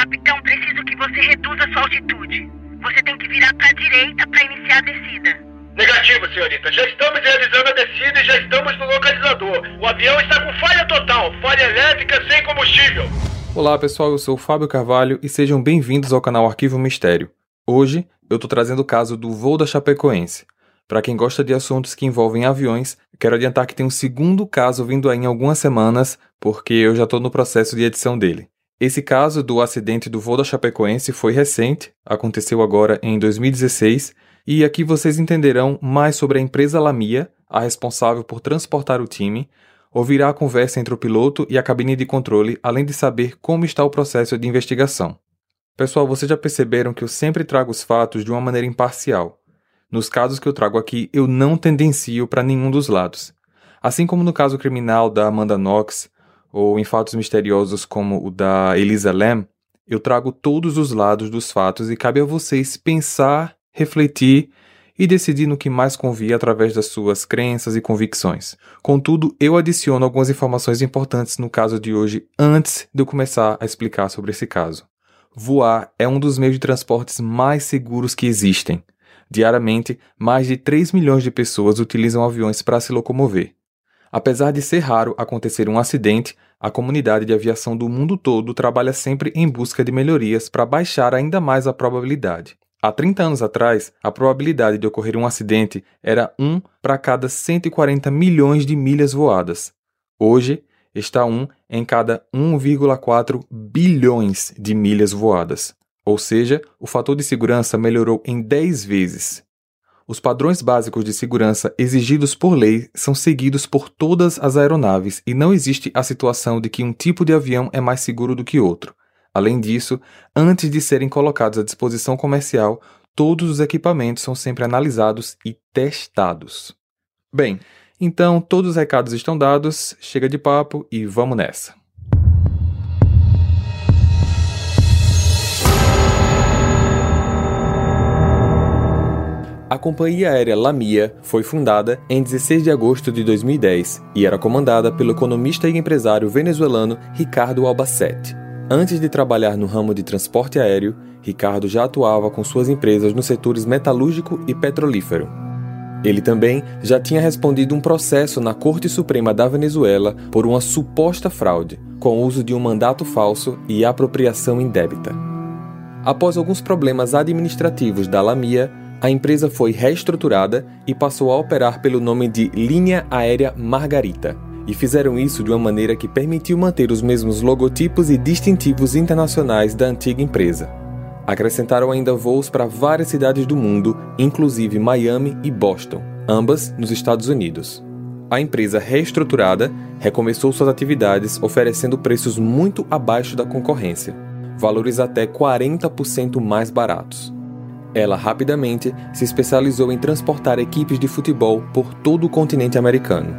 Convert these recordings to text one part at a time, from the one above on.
Capitão, preciso que você reduza sua altitude. Você tem que virar para a direita para iniciar a descida. Negativo, senhorita. Já estamos realizando a descida e já estamos no localizador. O avião está com falha total, falha elétrica sem combustível. Olá pessoal, eu sou o Fábio Carvalho e sejam bem-vindos ao canal Arquivo Mistério. Hoje eu estou trazendo o caso do voo da Chapecoense. Para quem gosta de assuntos que envolvem aviões, quero adiantar que tem um segundo caso vindo aí em algumas semanas, porque eu já estou no processo de edição dele. Esse caso do acidente do voo da Chapecoense foi recente, aconteceu agora em 2016, e aqui vocês entenderão mais sobre a empresa Lamia, a responsável por transportar o time, ouvirá a conversa entre o piloto e a cabine de controle, além de saber como está o processo de investigação. Pessoal, vocês já perceberam que eu sempre trago os fatos de uma maneira imparcial. Nos casos que eu trago aqui, eu não tendencio para nenhum dos lados. Assim como no caso criminal da Amanda Knox, ou em fatos misteriosos como o da Elisa Lam, eu trago todos os lados dos fatos e cabe a vocês pensar, refletir e decidir no que mais convém através das suas crenças e convicções. Contudo, eu adiciono algumas informações importantes no caso de hoje antes de eu começar a explicar sobre esse caso. Voar é um dos meios de transportes mais seguros que existem. Diariamente, mais de 3 milhões de pessoas utilizam aviões para se locomover. Apesar de ser raro acontecer um acidente, a comunidade de aviação do mundo todo trabalha sempre em busca de melhorias para baixar ainda mais a probabilidade. Há 30 anos atrás, a probabilidade de ocorrer um acidente era 1 para cada 140 milhões de milhas voadas. Hoje, está 1 em cada 1,4 bilhões de milhas voadas. Ou seja, o fator de segurança melhorou em 10 vezes. Os padrões básicos de segurança exigidos por lei são seguidos por todas as aeronaves e não existe a situação de que um tipo de avião é mais seguro do que outro. Além disso, antes de serem colocados à disposição comercial, todos os equipamentos são sempre analisados e testados. Bem, então todos os recados estão dados, chega de papo e vamos nessa. A companhia aérea Lamia foi fundada em 16 de agosto de 2010 e era comandada pelo economista e empresário venezuelano Ricardo Albacete. Antes de trabalhar no ramo de transporte aéreo, Ricardo já atuava com suas empresas nos setores metalúrgico e petrolífero. Ele também já tinha respondido um processo na Corte Suprema da Venezuela por uma suposta fraude, com o uso de um mandato falso e apropriação indébita. Após alguns problemas administrativos da Lamia, a empresa foi reestruturada e passou a operar pelo nome de Linha Aérea Margarita, e fizeram isso de uma maneira que permitiu manter os mesmos logotipos e distintivos internacionais da antiga empresa. Acrescentaram ainda voos para várias cidades do mundo, inclusive Miami e Boston, ambas nos Estados Unidos. A empresa reestruturada recomeçou suas atividades oferecendo preços muito abaixo da concorrência, valores até 40% mais baratos. Ela rapidamente se especializou em transportar equipes de futebol por todo o continente americano.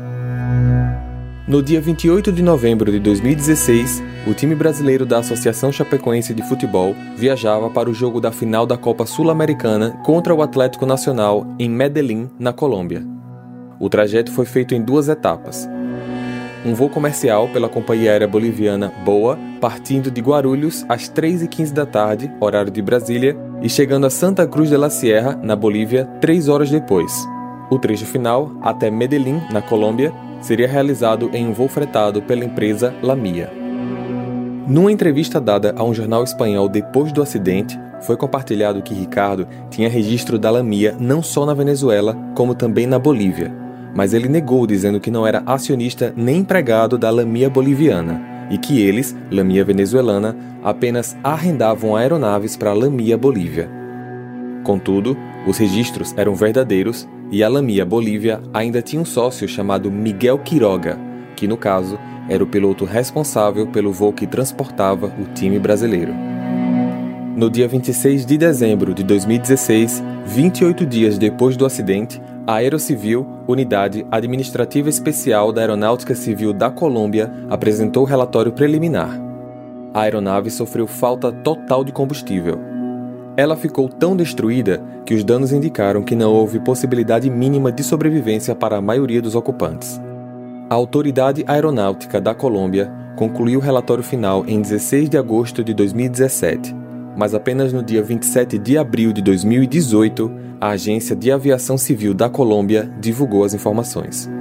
No dia 28 de novembro de 2016, o time brasileiro da Associação Chapecoense de Futebol viajava para o jogo da final da Copa Sul-Americana contra o Atlético Nacional em Medellín, na Colômbia. O trajeto foi feito em 2 etapas. Um voo comercial pela companhia aérea boliviana BOA, partindo de Guarulhos às 3h15 da tarde, horário de Brasília, e chegando a Santa Cruz de la Sierra, na Bolívia, 3 horas depois. O trecho final, até Medellín, na Colômbia, seria realizado em um voo fretado pela empresa Lamia. Numa entrevista dada a um jornal espanhol depois do acidente, foi compartilhado que Ricardo tinha registro da Lamia não só na Venezuela, como também na Bolívia. Mas ele negou, dizendo que não era acionista nem empregado da Lamia boliviana e que eles, Lamia venezuelana, apenas arrendavam aeronaves para a Lamia Bolívia. Contudo, os registros eram verdadeiros e a Lamia Bolívia ainda tinha um sócio chamado Miguel Quiroga, que no caso era o piloto responsável pelo voo que transportava o time brasileiro. No dia 26 de dezembro de 2016, 28 dias depois do acidente, a Aerocivil, Unidade Administrativa Especial da Aeronáutica Civil da Colômbia, apresentou o relatório preliminar. A aeronave sofreu falta total de combustível. Ela ficou tão destruída que os danos indicaram que não houve possibilidade mínima de sobrevivência para a maioria dos ocupantes. A Autoridade Aeronáutica da Colômbia concluiu o relatório final em 16 de agosto de 2017, mas apenas no dia 27 de abril de 2018, a Agência de Aviação Civil da Colômbia divulgou as informações.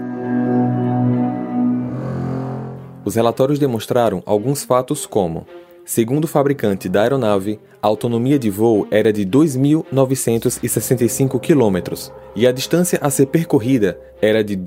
Os relatórios demonstraram alguns fatos como: segundo o fabricante da aeronave, a autonomia de voo era de 2.965 km e a distância a ser percorrida era de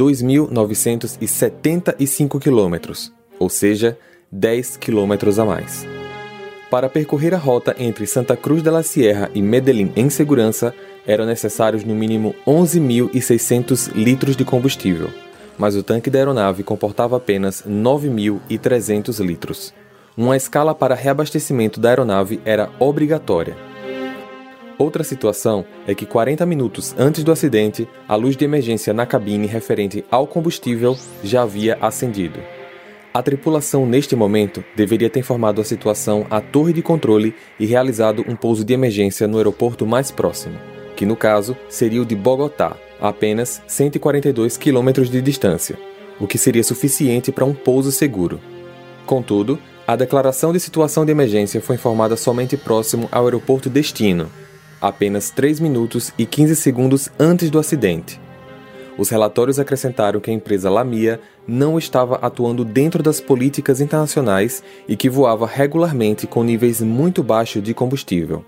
2.975 km, ou seja, 10 km a mais. Para percorrer a rota entre Santa Cruz de la Sierra e Medellín em segurança, eram necessários no mínimo 11.600 litros de combustível, mas o tanque da aeronave comportava apenas 9.300 litros. Uma escala para reabastecimento da aeronave era obrigatória. Outra situação é que 40 minutos antes do acidente, a luz de emergência na cabine referente ao combustível já havia acendido. A tripulação, neste momento, deveria ter informado a situação à torre de controle e realizado um pouso de emergência no aeroporto mais próximo, que no caso seria o de Bogotá, a apenas 142 km de distância, o que seria suficiente para um pouso seguro. Contudo, a declaração de situação de emergência foi informada somente próximo ao aeroporto destino, apenas 3 minutos e 15 segundos antes do acidente. Os relatórios acrescentaram que a empresa Lamia não estava atuando dentro das políticas internacionais e que voava regularmente com níveis muito baixos de combustível.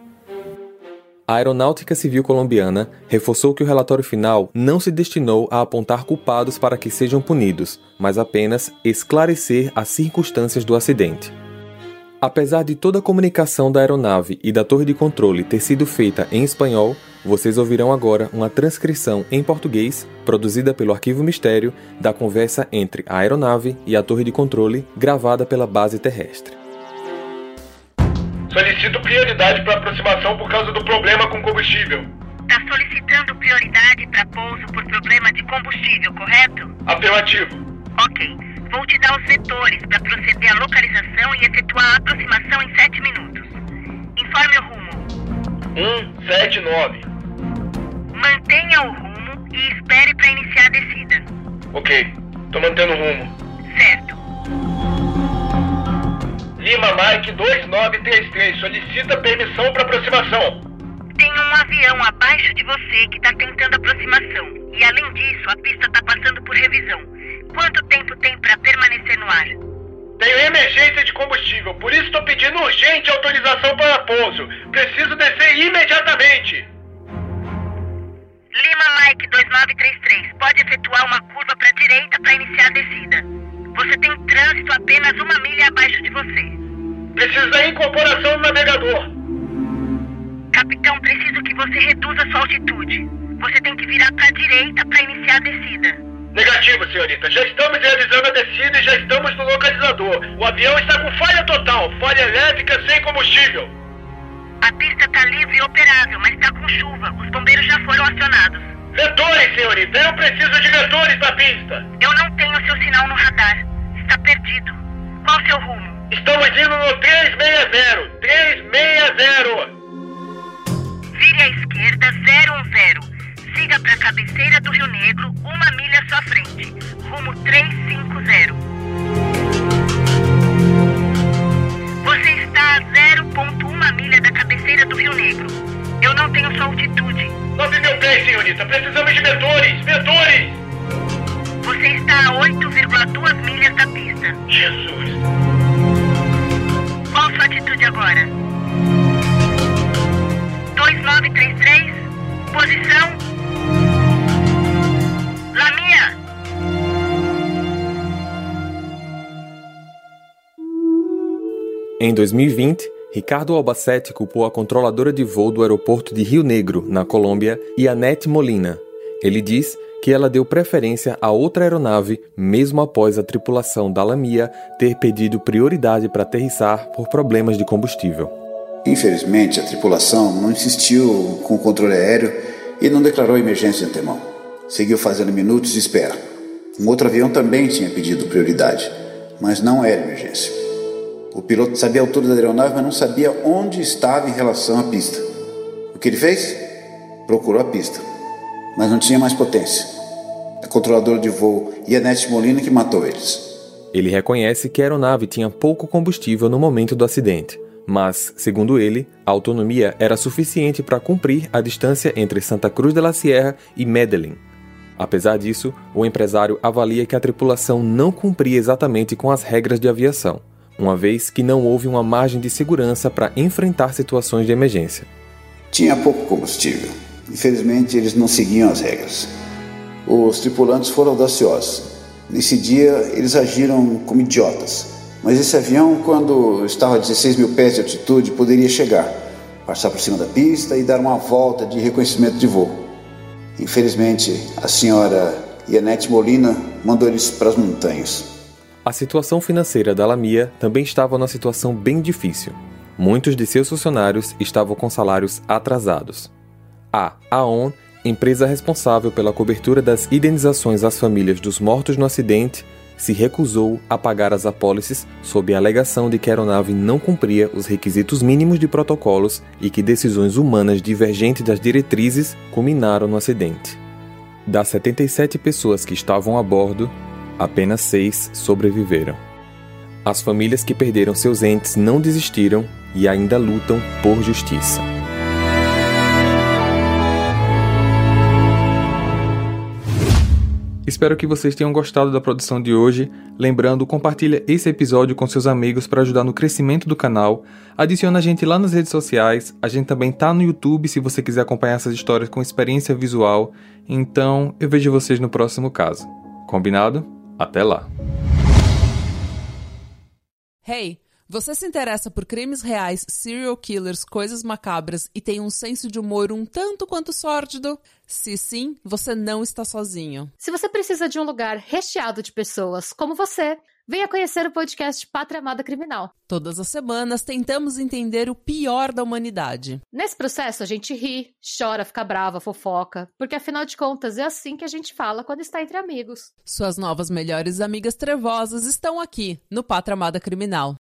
A Aeronáutica Civil Colombiana reforçou que o relatório final não se destinou a apontar culpados para que sejam punidos, mas apenas esclarecer as circunstâncias do acidente. Apesar de toda a comunicação da aeronave e da torre de controle ter sido feita em espanhol, vocês ouvirão agora uma transcrição em português, produzida pelo Arquivo Mistério, da conversa entre a aeronave e a torre de controle, gravada pela base terrestre. Solicito prioridade para aproximação por causa do problema com combustível. Tá solicitando prioridade para pouso por problema de combustível, correto? Afirmativo. Ok. Vou te dar os vetores para proceder à localização e efetuar a aproximação em 7 minutos. Informe o rumo. 179. Mantenha o rumo e espere para iniciar a descida. Ok. Tô mantendo o rumo. Certo. Lima Mike 2933. Solicita permissão para aproximação. Tem um avião abaixo de você que está tentando aproximação. E além disso, a pista está passando por revisão. Quanto tempo tem para permanecer no ar? Tenho emergência de combustível, por isso estou pedindo urgente autorização para pouso. Preciso descer imediatamente. Lima Mike 2933, pode efetuar uma curva para a direita para iniciar a descida. Você tem trânsito apenas 1 milha abaixo de você. Preciso da incorporação do navegador. Capitão, preciso que você reduza sua altitude. Você tem que virar para a direita para iniciar a descida. Negativo, senhorita. Já estamos realizando a descida e já estamos no localizador. O avião está com falha total, falha elétrica sem combustível. A pista está livre e operável, mas está com chuva. Os bombeiros já foram acionados. Vetores, senhorita. Eu preciso de vetores na pista. Eu não tenho seu sinal no radar. Está perdido. Qual o seu rumo? Estamos indo no 360. 360. Vire à esquerda 010. Siga para a cabeceira do Rio Negro, 1 milha à sua frente. Rumo 350. Você está a 0,1 milha da cabeceira do Rio Negro. Eu não tenho sua altitude. 9.000 pés, senhorita. Precisamos de vetores. Vetores! Você está a 8,2 milhas da pista. Jesus! Qual sua atitude agora? 2933. Posição. Lamia. Em 2020, Ricardo Albacete culpou a controladora de voo do aeroporto de Rio Negro, na Colômbia, Yanette Molina. Ele diz que ela deu preferência a outra aeronave, mesmo após a tripulação da Lamia ter pedido prioridade para aterrissar por problemas de combustível. Infelizmente, a tripulação não insistiu com o controle aéreo e não declarou emergência de antemão. Seguiu fazendo minutos de espera. Um outro avião também tinha pedido prioridade, mas não era emergência. O piloto sabia a altura da aeronave, mas não sabia onde estava em relação à pista. O que ele fez? Procurou a pista, mas não tinha mais potência. A controladora de voo Yanette Molina que matou eles. Ele reconhece que a aeronave tinha pouco combustível no momento do acidente, mas, segundo ele, a autonomia era suficiente para cumprir a distância entre Santa Cruz de la Sierra e Medellín. Apesar disso, o empresário avalia que a tripulação não cumpria exatamente com as regras de aviação, uma vez que não houve uma margem de segurança para enfrentar situações de emergência. Tinha pouco combustível. Infelizmente, eles não seguiam as regras. Os tripulantes foram audaciosos. Nesse dia, eles agiram como idiotas. Mas esse avião, quando estava a 16 mil pés de altitude, poderia chegar, passar por cima da pista e dar uma volta de reconhecimento de voo. Infelizmente, a senhora Yanette Molina mandou eles para as montanhas. A situação financeira da Lamia também estava numa situação bem difícil. Muitos de seus funcionários estavam com salários atrasados. A AON, empresa responsável pela cobertura das indenizações às famílias dos mortos no acidente, se recusou a pagar as apólices sob a alegação de que a aeronave não cumpria os requisitos mínimos de protocolos e que decisões humanas divergentes das diretrizes culminaram no acidente. Das 77 pessoas que estavam a bordo, apenas 6 sobreviveram. As famílias que perderam seus entes não desistiram e ainda lutam por justiça. Espero que vocês tenham gostado da produção de hoje. Lembrando, compartilha esse episódio com seus amigos para ajudar no crescimento do canal. Adiciona a gente lá nas redes sociais. A gente também tá no YouTube se você quiser acompanhar essas histórias com experiência visual. Então, eu vejo vocês no próximo caso. Combinado? Até lá! Hey, você se interessa por crimes reais, serial killers, coisas macabras e tem um senso de humor um tanto quanto sórdido? Se sim, você não está sozinho. Se você precisa de um lugar recheado de pessoas como você, venha conhecer o podcast Pátria Amada Criminal. Todas as semanas tentamos entender o pior da humanidade. Nesse processo a gente ri, chora, fica brava, fofoca, porque afinal de contas é assim que a gente fala quando está entre amigos. Suas novas melhores amigas trevosas estão aqui no Pátria Amada Criminal.